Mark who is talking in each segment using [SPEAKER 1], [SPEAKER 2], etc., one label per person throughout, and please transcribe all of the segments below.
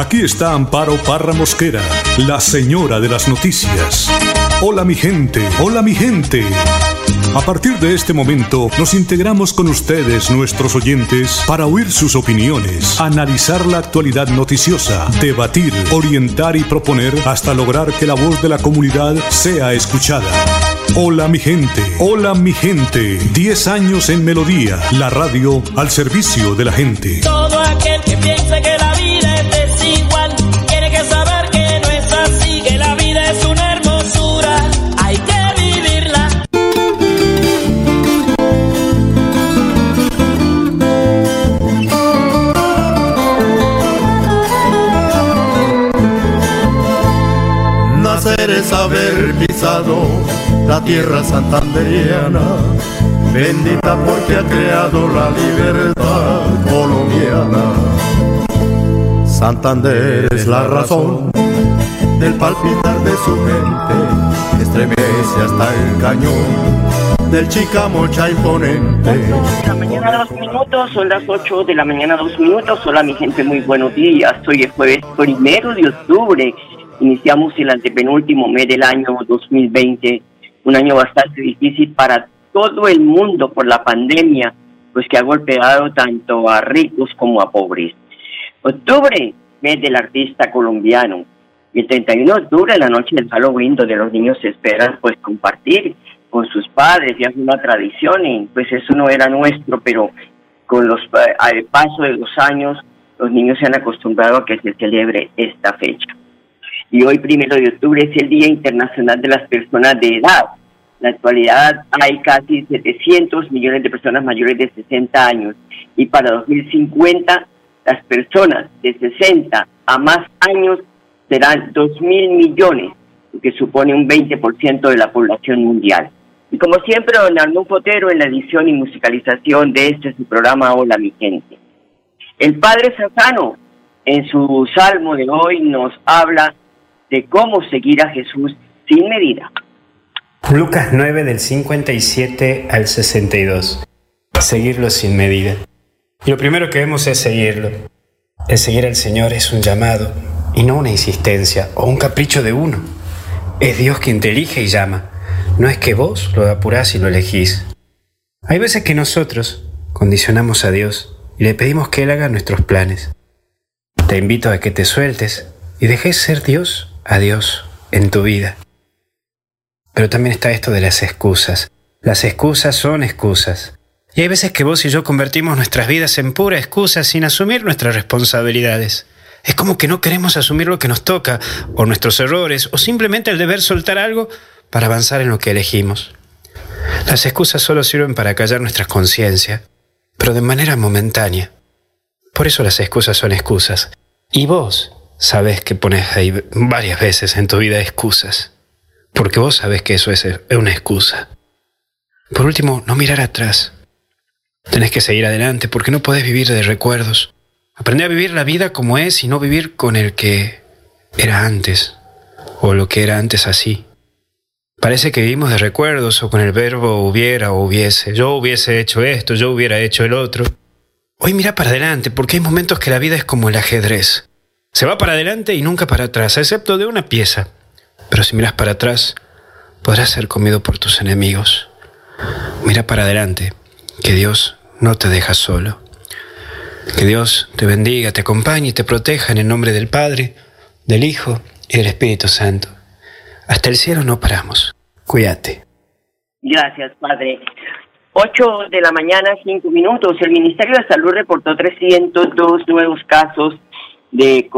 [SPEAKER 1] Aquí está Amparo Parra Mosquera, la señora de las noticias. Hola mi gente, hola mi gente. A partir de este momento nos integramos con ustedes, nuestros oyentes, para oír sus opiniones, analizar la actualidad noticiosa, debatir, orientar y proponer hasta lograr que la voz de la comunidad sea escuchada. Hola mi gente, hola mi gente. 10 años en Melodía, la radio al servicio de la gente.
[SPEAKER 2] Todo aquel que piense que la vida es desigual tiene que saber que no es así, que la vida es una hermosura, hay que vivirla.
[SPEAKER 3] Nacer es haber pisado la tierra santandereana, bendita porque ha creado la libertad colombiana. Santander es la razón del palpitar de su gente, estremece hasta el cañón del Chicamocha imponente.
[SPEAKER 4] 8 de la mañana 2 minutos, son las 8 de la mañana 2 minutos. Hola mi gente, muy buenos días. Hoy es jueves 1 de octubre. Iniciamos el antepenúltimo mes del año 2020, un año bastante difícil para todo el mundo por la pandemia, pues que ha golpeado tanto a ricos como a pobres. Octubre, mes del artista colombiano. Y el 31 de octubre, la noche del Halloween, donde los niños esperan pues compartir con sus padres, ya es una tradición, y pues eso no era nuestro, pero con al paso de los años, los niños se han acostumbrado a que se celebre esta fecha. Y hoy, 1 de octubre, es el Día Internacional de las Personas de Edad. En la actualidad hay casi 700 millones de personas mayores de 60 años. Y para 2050, las personas de 60 a más años serán 2.000 millones, lo que supone un 20% de la población mundial. Y como siempre, don Arnulfo Otero en la edición y musicalización de su programa Hola mi gente. El Padre Safano, en su salmo de hoy, nos habla de cómo seguir a Jesús sin medida.
[SPEAKER 5] Lucas 9 del 57 al 62. Seguirlo sin medida. Y lo primero que vemos es seguirlo. El seguir al Señor es un llamado y no una insistencia o un capricho de uno. Es Dios quien te elige y llama. No es que vos lo apurás y lo elegís. Hay veces que nosotros condicionamos a Dios y le pedimos que Él haga nuestros planes. Te invito a que te sueltes y dejes ser Dios a Dios en tu vida. Pero también está esto de las excusas. Las excusas son excusas. Y hay veces que vos y yo convertimos nuestras vidas en pura excusa sin asumir nuestras responsabilidades. Es como que no queremos asumir lo que nos toca, o nuestros errores, o simplemente el deber soltar algo para avanzar en lo que elegimos. Las excusas solo sirven para callar nuestras conciencias, pero de manera momentánea. Por eso las excusas son excusas. Y vos sabés que pones ahí varias veces en tu vida excusas, porque vos sabés que eso es una excusa. Por último, no mirar atrás. Tenés que seguir adelante porque no podés vivir de recuerdos. Aprende a vivir la vida como es y no vivir con el que era antes, o lo que era antes así. Parece que vivimos de recuerdos o con el verbo hubiera o hubiese. Yo hubiese hecho esto, yo hubiera hecho el otro. Hoy mira para adelante porque hay momentos que la vida es como el ajedrez. Se va para adelante y nunca para atrás, excepto de una pieza. Pero si miras para atrás, podrás ser comido por tus enemigos. Mira para adelante, que Dios no te deja solo. Que Dios te bendiga, te acompañe y te proteja en el nombre del Padre, del Hijo y del Espíritu Santo. Hasta el cielo no paramos. Cuídate.
[SPEAKER 4] Gracias, Padre. 8 de la mañana, 5 minutos. El Ministerio de Salud reportó 302 nuevos casos de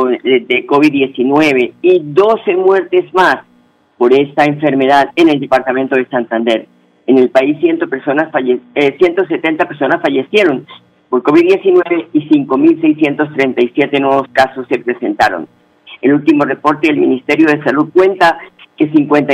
[SPEAKER 4] COVID-19 y 12 muertes más por esta enfermedad en el departamento de Santander. En el país 170 personas fallecieron por COVID-19 y 5.637 nuevos casos se presentaron. El último reporte del Ministerio de Salud cuenta que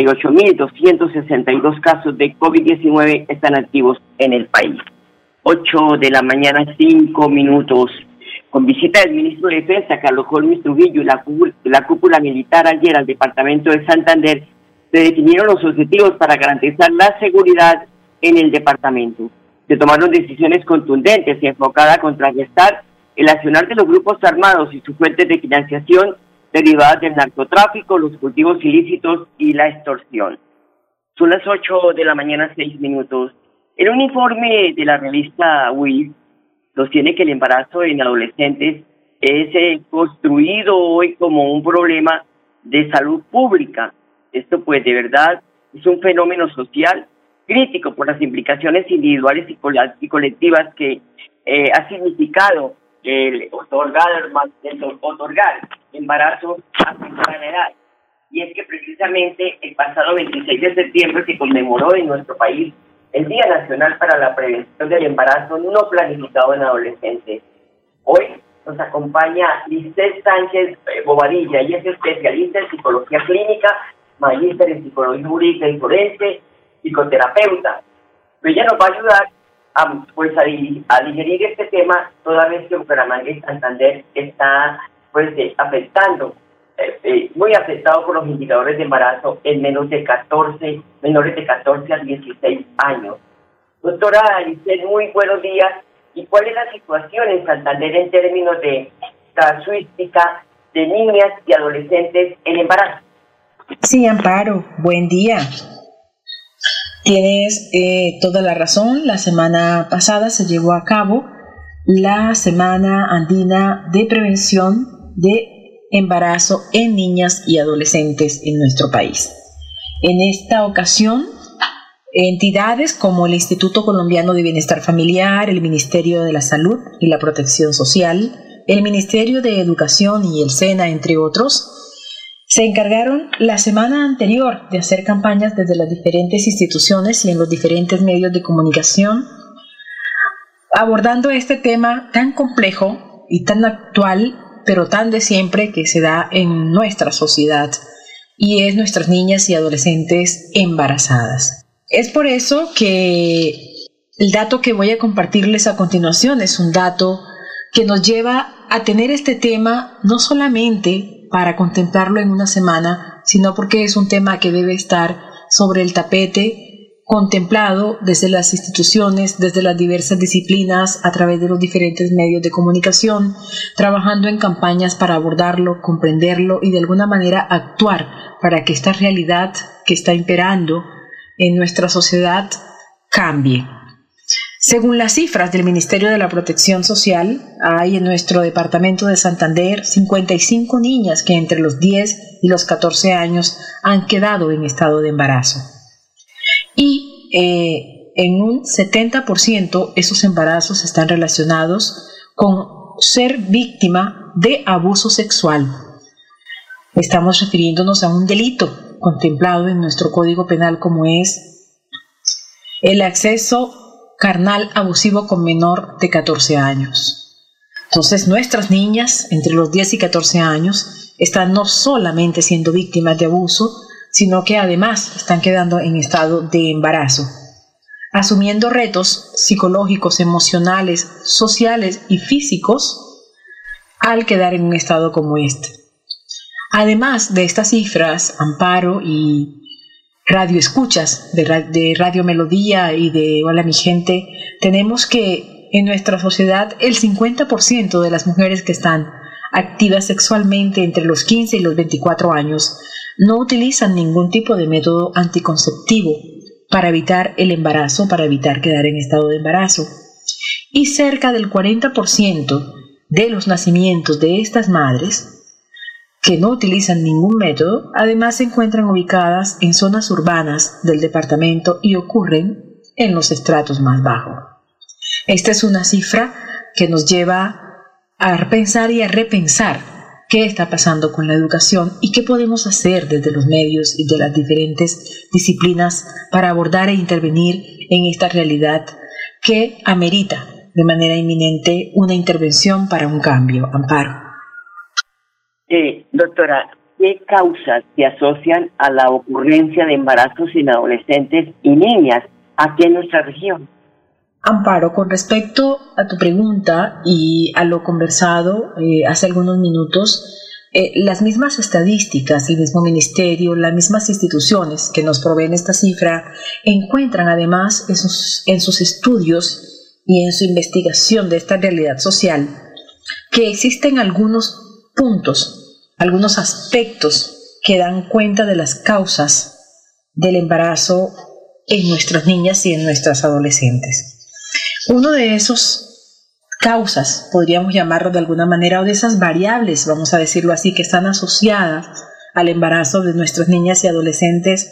[SPEAKER 4] 58.262 casos de COVID-19 están activos en el país. 8 de la mañana, 5 minutos. Con visita del ministro de Defensa, Carlos Holmes Trujillo, y la cúpula militar ayer al departamento de Santander, se definieron los objetivos para garantizar la seguridad en el departamento. Se tomaron decisiones contundentes y enfocadas a contrarrestar el accionar de los grupos armados y sus fuentes de financiación derivadas del narcotráfico, los cultivos ilícitos y la extorsión. Son las 8 de la mañana, 6 minutos. En un informe de la revista WIS, sostiene que el embarazo en adolescentes es construido hoy como un problema de salud pública. Esto pues de verdad es un fenómeno social crítico por las implicaciones individuales y colectivas que ha significado el otorgar embarazo a temprana edad. Y es que precisamente el pasado 26 de septiembre se conmemoró en nuestro país el Día Nacional para la Prevención del Embarazo no planificado en adolescentes. Hoy nos acompaña Lisset Sánchez Bobadilla. Ella es especialista en psicología clínica, magíster en psicología jurídica y forense, psicoterapeuta. Ella nos va a ayudar a digerir este tema, toda vez que Bucaramanga y Santander está muy afectado por los indicadores de embarazo en menores de 14 a 16 años. Doctora Lisset, muy buenos días. ¿Y cuál es la situación en Santander en términos de casuística de niñas y adolescentes en embarazo?
[SPEAKER 6] Sí, Amparo, buen día. Tienes toda la razón. La semana pasada se llevó a cabo la Semana Andina de Prevención de Embarazo en Niñas y Adolescentes en nuestro país. En esta ocasión, entidades como el Instituto Colombiano de Bienestar Familiar, el Ministerio de la Salud y la Protección Social, el Ministerio de Educación y el SENA, entre otros, se encargaron la semana anterior de hacer campañas desde las diferentes instituciones y en los diferentes medios de comunicación, abordando este tema tan complejo y tan actual, pero tan de siempre que se da en nuestra sociedad, y es nuestras niñas y adolescentes embarazadas. Es por eso que el dato que voy a compartirles a continuación es un dato que nos lleva a tener este tema no solamente para contemplarlo en una semana, sino porque es un tema que debe estar sobre el tapete, contemplado desde las instituciones, desde las diversas disciplinas, a través de los diferentes medios de comunicación, trabajando en campañas para abordarlo, comprenderlo y de alguna manera actuar para que esta realidad que está imperando en nuestra sociedad cambie. Según las cifras del Ministerio de la Protección Social, hay en nuestro departamento de Santander 55 niñas que entre los 10 y los 14 años han quedado en estado de embarazo. Y en un 70% esos embarazos están relacionados con ser víctima de abuso sexual. Estamos refiriéndonos a un delito contemplado en nuestro Código Penal como es el acceso carnal abusivo con menor de 14 años. Entonces, nuestras niñas entre los 10 y 14 años están no solamente siendo víctimas de abuso, sino que además están quedando en estado de embarazo, asumiendo retos psicológicos, emocionales, sociales y físicos al quedar en un estado como este. Además de estas cifras, Amparo y Radio Escuchas de Radio Melodía y de Hola Mi Gente, tenemos que en nuestra sociedad el 50% de las mujeres que están activas sexualmente entre los 15 y los 24 años no utilizan ningún tipo de método anticonceptivo para evitar el embarazo, para evitar quedar en estado de embarazo. Y cerca del 40% de los nacimientos de estas madres que no utilizan ningún método, además se encuentran ubicadas en zonas urbanas del departamento y ocurren en los estratos más bajos. Esta es una cifra que nos lleva a pensar y a repensar qué está pasando con la educación y qué podemos hacer desde los medios y de las diferentes disciplinas para abordar e intervenir en esta realidad que amerita de manera inminente una intervención para un cambio. Amparo.
[SPEAKER 4] Doctora, ¿qué causas se asocian a la ocurrencia de embarazos en adolescentes y niñas aquí en nuestra región?
[SPEAKER 6] Amparo, con respecto a tu pregunta y a lo conversado hace algunos minutos, las mismas estadísticas, el mismo ministerio, las mismas instituciones que nos proveen esta cifra encuentran además en sus estudios y en su investigación de esta realidad social que existen algunos puntos, algunos aspectos que dan cuenta de las causas del embarazo en nuestras niñas y en nuestras adolescentes. Uno de esos causas, podríamos llamarlo de alguna manera, o de esas variables, vamos a decirlo así, que están asociadas al embarazo de nuestras niñas y adolescentes,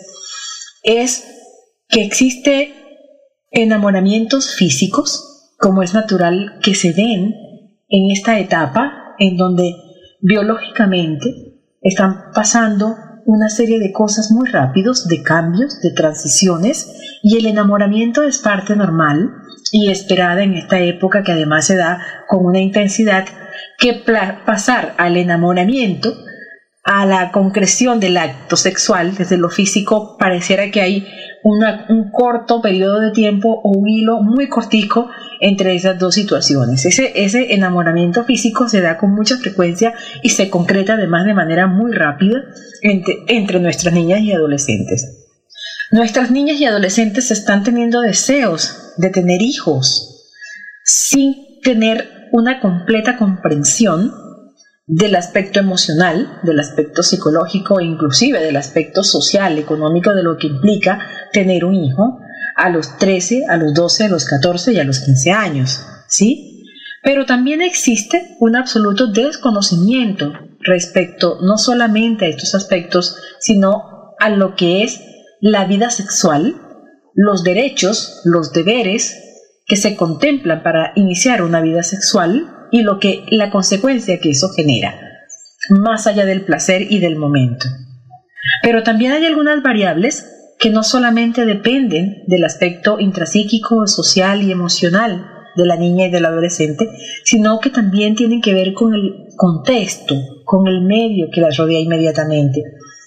[SPEAKER 6] es que existe enamoramientos físicos, como es natural que se den en esta etapa en donde biológicamente están pasando una serie de cosas muy rápidos, de cambios, de transiciones, y el enamoramiento es parte normal y esperada en esta época, que además se da con una intensidad que pasar al enamoramiento, a la concreción del acto sexual desde lo físico, pareciera que hay un corto periodo de tiempo o un hilo muy cortico entre esas dos situaciones. Ese enamoramiento físico se da con mucha frecuencia y se concreta además de manera muy rápida entre nuestras niñas y adolescentes. Nuestras niñas y adolescentes están teniendo deseos de tener hijos sin tener una completa comprensión del aspecto emocional, del aspecto psicológico e inclusive del aspecto social, económico de lo que implica tener un hijo a los 13, a los 12, a los 14 y a los 15 años, ¿sí? Pero también existe un absoluto desconocimiento respecto no solamente a estos aspectos, sino a lo que es la vida sexual, los derechos, los deberes que se contemplan para iniciar una vida sexual y la consecuencia que eso genera, más allá del placer y del momento. Pero también hay algunas variables que no solamente dependen del aspecto intrapsíquico, social y emocional de la niña y del adolescente, sino que también tienen que ver con el contexto, con el medio que las rodea inmediatamente.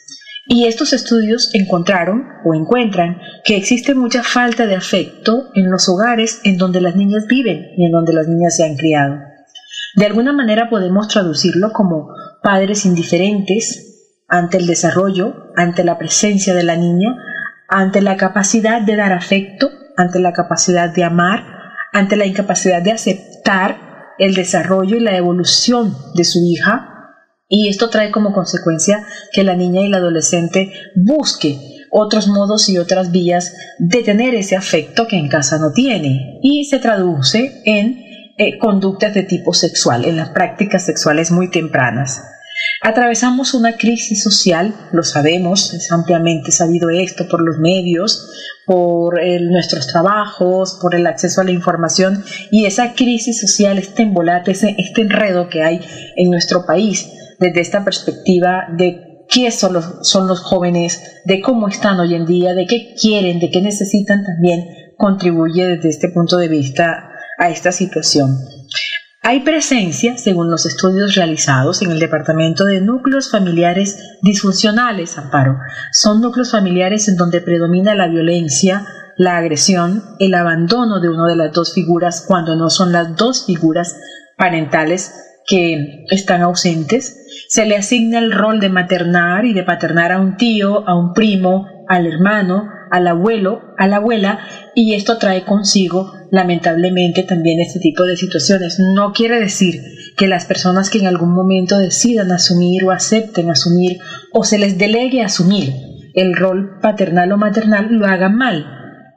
[SPEAKER 6] Y estos estudios encuentran que existe mucha falta de afecto en los hogares en donde las niñas viven y en donde las niñas se han criado. De alguna manera podemos traducirlo como padres indiferentes ante el desarrollo, ante la presencia de la niña, ante la capacidad de dar afecto, ante la capacidad de amar, ante la incapacidad de aceptar el desarrollo y la evolución de su hija. Y esto trae como consecuencia que la niña y la adolescente busque otros modos y otras vías de tener ese afecto que en casa no tiene, y se traduce en conductas de tipo sexual, en las prácticas sexuales muy tempranas. Atravesamos una crisis social, lo sabemos, es ampliamente sabido esto por los medios, por nuestros trabajos, por el acceso a la información, y esa crisis social, este embolate, este enredo que hay en nuestro país, desde esta perspectiva de qué son los jóvenes, de cómo están hoy en día, de qué quieren, de qué necesitan, también contribuye desde este punto de vista a esta situación. Hay presencia, según los estudios realizados en el Departamento de Núcleos Familiares Disfuncionales, Amparo. Son núcleos familiares en donde predomina la violencia, la agresión, el abandono de una de las dos figuras, cuando no son las dos figuras parentales que están ausentes. Se le asigna el rol de maternar y de paternar a un tío, a un primo, al hermano, al abuelo, a la abuela, y esto trae consigo lamentablemente también este tipo de situaciones. No quiere decir que las personas que en algún momento decidan asumir o acepten asumir o se les delegue asumir el rol paternal o maternal lo hagan mal,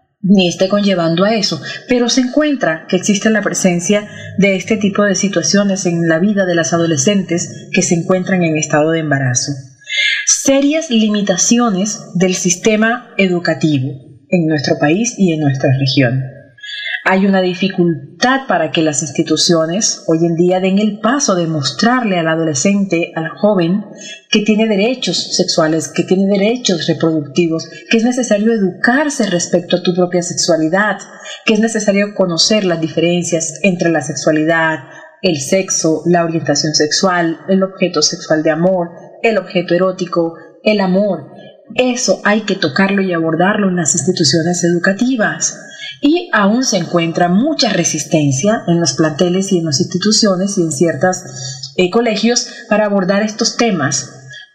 [SPEAKER 6] ni esté conllevando a eso, pero se encuentra que existe la presencia de este tipo de situaciones en la vida de las adolescentes que se encuentran en estado de embarazo. Serias limitaciones del sistema educativo en nuestro país y en nuestra región. Hay una dificultad para que las instituciones hoy en día den el paso de mostrarle al adolescente, al joven, que tiene derechos sexuales, que tiene derechos reproductivos, que es necesario educarse respecto a tu propia sexualidad, que es necesario conocer las diferencias entre la sexualidad, el sexo, la orientación sexual, el objeto sexual de amor, el objeto erótico, el amor. Eso hay que tocarlo y abordarlo en las instituciones educativas. Y aún se encuentra mucha resistencia en los planteles y en las instituciones y en ciertos colegios para abordar estos temas.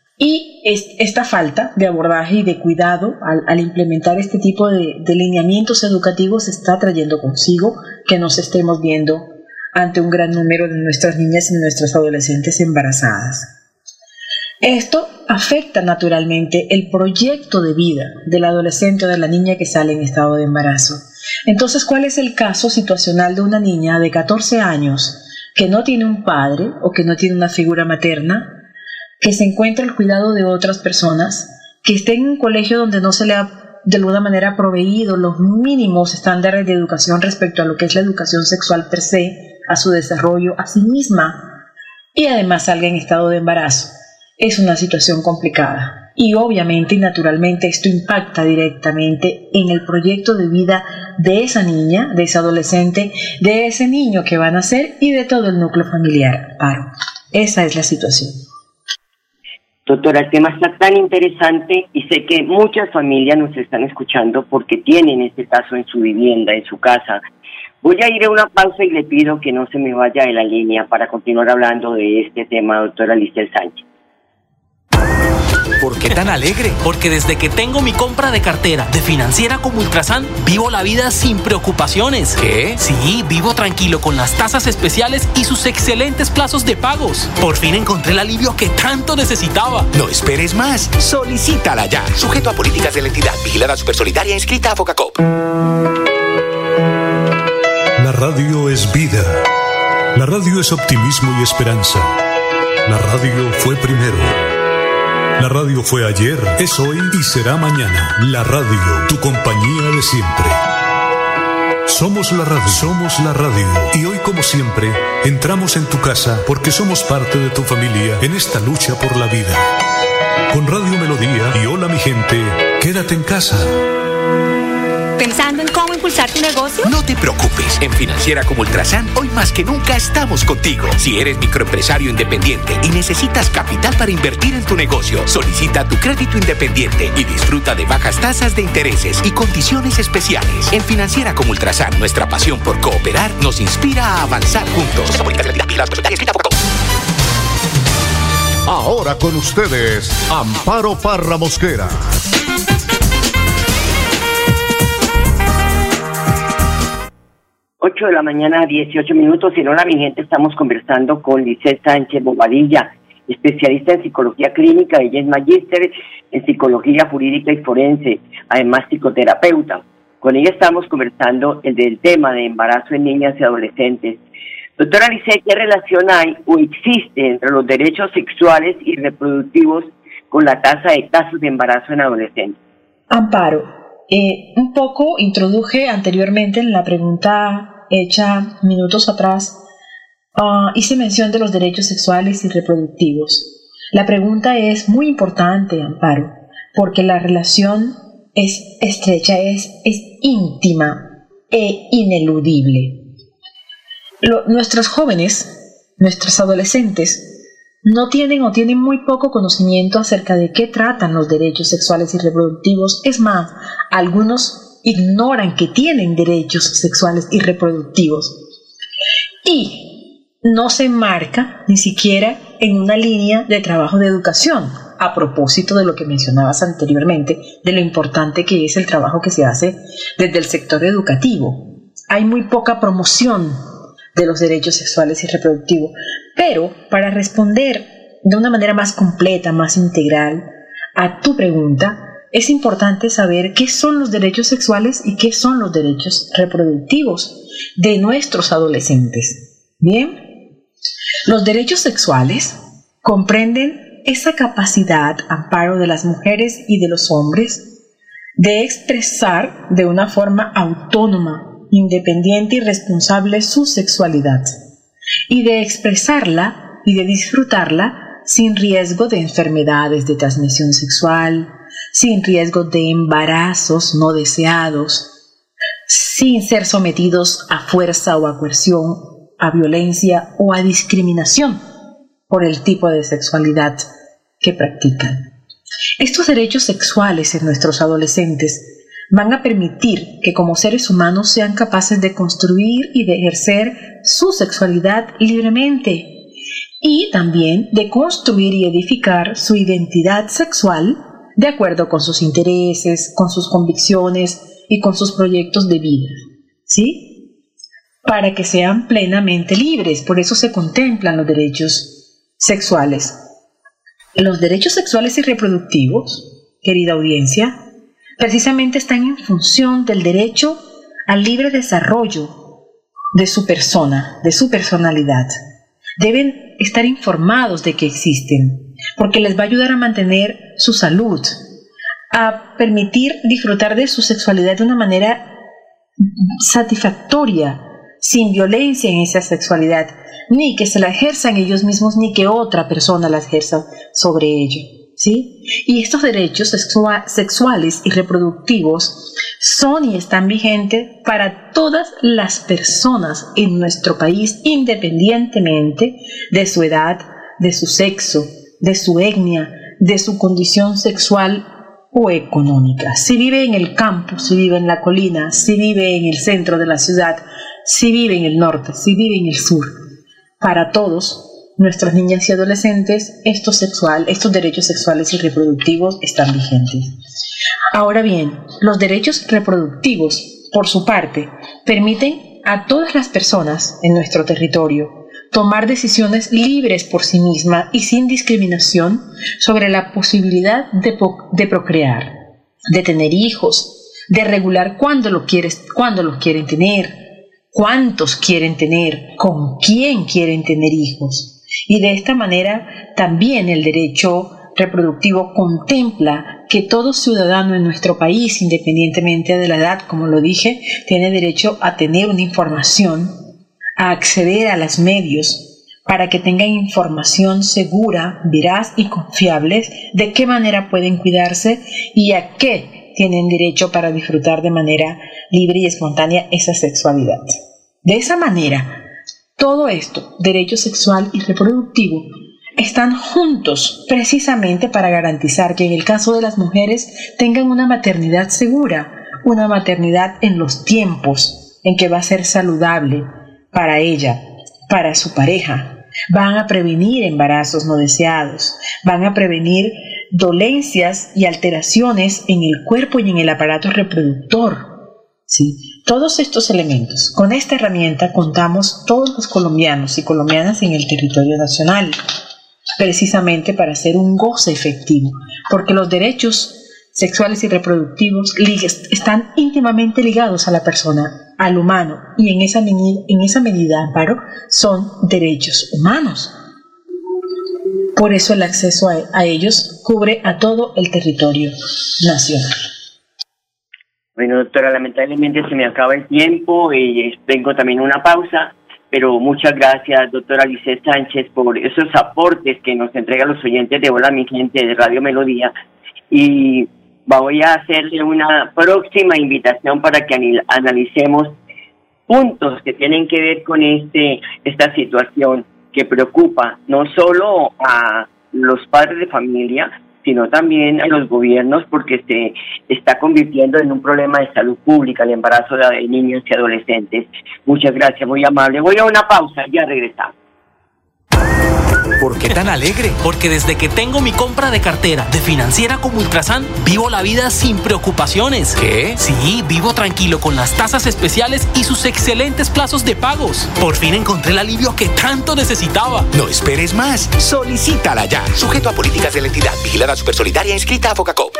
[SPEAKER 6] Y esta falta de abordaje y de cuidado al implementar este tipo de lineamientos educativos está trayendo consigo que nos estemos viendo ante un gran número de nuestras niñas y nuestras adolescentes embarazadas. Esto afecta naturalmente el proyecto de vida del adolescente o de la niña que sale en estado de embarazo. Entonces, ¿cuál es el caso situacional de una niña de 14 años que no tiene un padre o que no tiene una figura materna, que se encuentra al cuidado de otras personas, que esté en un colegio donde no se le ha de alguna manera proveído los mínimos estándares de educación respecto a lo que es la educación sexual per se, a su desarrollo, a sí misma, y además salga en estado de embarazo? Es una situación complicada y obviamente y naturalmente esto impacta directamente en el proyecto de vida de esa niña, de ese adolescente, de ese niño que va a nacer y de todo el núcleo familiar. Esa es la situación.
[SPEAKER 4] Doctora, el tema está tan interesante y sé que muchas familias nos están escuchando porque tienen este caso en su vivienda, en su casa. Voy a ir a una pausa y le pido que no se me vaya de la línea para continuar hablando de este tema, doctora Listel Sánchez.
[SPEAKER 7] ¿Por qué tan alegre? Porque desde que tengo mi compra de cartera de Financiera como Ultrasan, vivo la vida sin preocupaciones. ¿Qué? Sí, vivo tranquilo con las tasas especiales y sus excelentes plazos de pagos. Por fin encontré el alivio que tanto necesitaba.
[SPEAKER 8] No esperes más. Solicítala ya. Sujeto a políticas de la entidad. Vigilada Supersolidaria inscrita a Focacop.
[SPEAKER 1] La radio es vida. La radio es optimismo y esperanza. La radio fue primero. La radio fue ayer, es hoy y será mañana. La radio, tu compañía de siempre. Somos la radio. Y hoy, como siempre, entramos en tu casa porque somos parte de tu familia en esta lucha por la vida. Con Radio Melodía y Hola mi gente, quédate en casa.
[SPEAKER 9] ¿Pensando en cómo impulsar tu negocio?
[SPEAKER 8] No te preocupes. En Financiera como Ultrasan, hoy más que nunca estamos contigo. Si eres microempresario independiente y necesitas capital para invertir en tu negocio, solicita tu crédito independiente y disfruta de bajas tasas de intereses y condiciones especiales. En Financiera como Ultrasan, nuestra pasión por cooperar nos inspira a avanzar juntos.
[SPEAKER 3] Ahora con ustedes, Amparo Parra Mosquera.
[SPEAKER 4] 8 de la mañana, 18 minutos. En Hola mi gente, estamos conversando con Listel Sánchez Bobadilla, especialista en psicología clínica. Ella es magíster en psicología jurídica y forense, además psicoterapeuta. Con ella estamos conversando del tema de embarazo en niñas y adolescentes. Doctora Listel, ¿qué relación hay o existe entre los derechos sexuales y reproductivos con la tasa de casos de embarazo en adolescentes?
[SPEAKER 6] Amparo, un poco introduje anteriormente en la pregunta hecha minutos atrás, hice mención de los derechos sexuales y reproductivos. La pregunta es muy importante, Amparo, porque la relación es estrecha, es íntima e ineludible. Nuestros jóvenes, nuestros adolescentes, no tienen o tienen muy poco conocimiento acerca de qué tratan los derechos sexuales y reproductivos. Es más, algunos ignoran que tienen derechos sexuales y reproductivos. Y no se enmarca ni siquiera en una línea de trabajo de educación, a propósito de lo que mencionabas anteriormente, de lo importante que es el trabajo que se hace desde el sector educativo. Hay muy poca promoción de los derechos sexuales y reproductivos. Pero para responder de una manera más completa, más integral a tu pregunta, es importante saber qué son los derechos sexuales y qué son los derechos reproductivos de nuestros adolescentes. Bien, los derechos sexuales comprenden esa capacidad, Amparo, de las mujeres y de los hombres de expresar de una forma autónoma, independiente y responsable su sexualidad y de expresarla y de disfrutarla sin riesgo de enfermedades de transmisión sexual, sin riesgo de embarazos no deseados, sin ser sometidos a fuerza o a coerción, a violencia o a discriminación por el tipo de sexualidad que practican. Estos derechos sexuales en nuestros adolescentes van a permitir que como seres humanos sean capaces de construir y de ejercer su sexualidad libremente y también de construir y edificar su identidad sexual de acuerdo con sus intereses, con sus convicciones y con sus proyectos de vida. ¿Sí? para que sean plenamente libres. Por eso se contemplan los derechos sexuales. Los derechos sexuales y reproductivos, querida audiencia, precisamente están en función del derecho al libre desarrollo de su persona, de su personalidad. Deben estar informados de que existen, porque les va a ayudar a mantener su salud, a permitir disfrutar de su sexualidad de una manera satisfactoria, sin violencia en esa sexualidad, ni que se la ejerzan ellos mismos, ni que otra persona la ejerza sobre ellos, ¿sí? Y estos derechos sexuales y reproductivos son y están vigentes para todas las personas en nuestro país, independientemente de su edad, de su sexo, de su etnia, de su condición sexual o económica. Si vive en el campo, si vive en la colina, si vive en el centro de la ciudad, si vive en el norte, si vive en el sur. Para todos, nuestras niñas y adolescentes, estos derechos sexuales y reproductivos están vigentes. Ahora bien, los derechos reproductivos, por su parte, permiten a todas las personas en nuestro territorio tomar decisiones libres por sí misma y sin discriminación sobre la posibilidad de procrear, de tener hijos, de regular cuándo los quieren tener, cuántos quieren tener, con quién quieren tener hijos. Y de esta manera también el derecho reproductivo contempla que todo ciudadano en nuestro país, independientemente de la edad, como lo dije, tiene derecho a tener una información, a acceder a los medios para que tengan información segura, veraz y confiable de qué manera pueden cuidarse y a qué tienen derecho para disfrutar de manera libre y espontánea esa sexualidad. De esa manera, todo esto, derecho sexual y reproductivo, están juntos precisamente para garantizar que en el caso de las mujeres tengan una maternidad segura, una maternidad en los tiempos en que va a ser saludable para ella, para su pareja. Van a prevenir embarazos no deseados, van a prevenir dolencias y alteraciones en el cuerpo y en el aparato reproductor. ¿Sí? Todos estos elementos, con esta herramienta contamos todos los colombianos y colombianas en el territorio nacional, precisamente para hacer un goce efectivo, porque los derechos sexuales y reproductivos están íntimamente ligados a la persona, al humano, y en esa medida, Amparo, son derechos humanos. Por eso el acceso a ellos cubre a todo el territorio nacional.
[SPEAKER 4] Bueno, doctora, lamentablemente se me acaba el tiempo y tengo también una pausa, pero muchas gracias, doctora Lisset Sánchez, por esos aportes que nos entrega los oyentes de Hola Mi Gente de Radio Melodía, y voy a hacerle una próxima invitación para que analicemos puntos que tienen que ver con esta situación que preocupa no solo a los padres de familia, sino también a los gobiernos, porque se está convirtiendo en un problema de salud pública el embarazo de niños y adolescentes. Muchas gracias, muy amable. Voy a una pausa, ya regresamos.
[SPEAKER 8] ¿Por qué tan alegre?
[SPEAKER 7] Porque desde que tengo mi compra de cartera de Financiera como Ultrasan, vivo la vida sin preocupaciones.
[SPEAKER 8] ¿Qué?
[SPEAKER 7] Sí, vivo tranquilo con las tasas especiales y sus excelentes plazos de pagos. Por fin encontré el alivio que tanto necesitaba.
[SPEAKER 8] No esperes más. Solicítala ya. Sujeto a políticas de la entidad. Vigilada Supersolidaria inscrita a Focacop.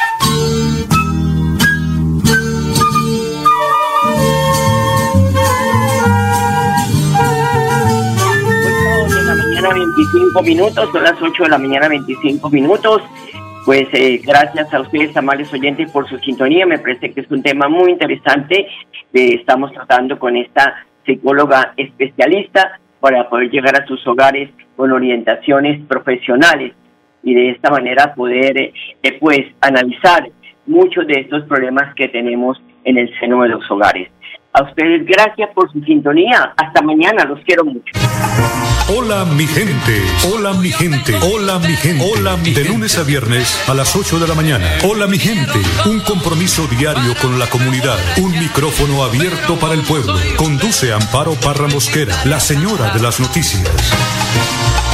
[SPEAKER 4] Mañana 25 minutos, son las 8 de la mañana 25 minutos. Pues gracias a ustedes, amables oyentes, por su sintonía. Me parece que es un tema muy interesante. Estamos tratando con esta psicóloga especialista para poder llegar a sus hogares con orientaciones profesionales y de esta manera poder pues analizar muchos de estos problemas que tenemos en el seno de los hogares. A ustedes gracias por su sintonía. Hasta mañana, los quiero mucho.
[SPEAKER 1] Hola mi gente, hola mi gente, hola mi gente, hola mi gente. De lunes a viernes a las 8 de la mañana. Hola mi gente, un compromiso diario con la comunidad, un micrófono abierto para el pueblo. Conduce Amparo Parra Mosquera, la señora de las noticias.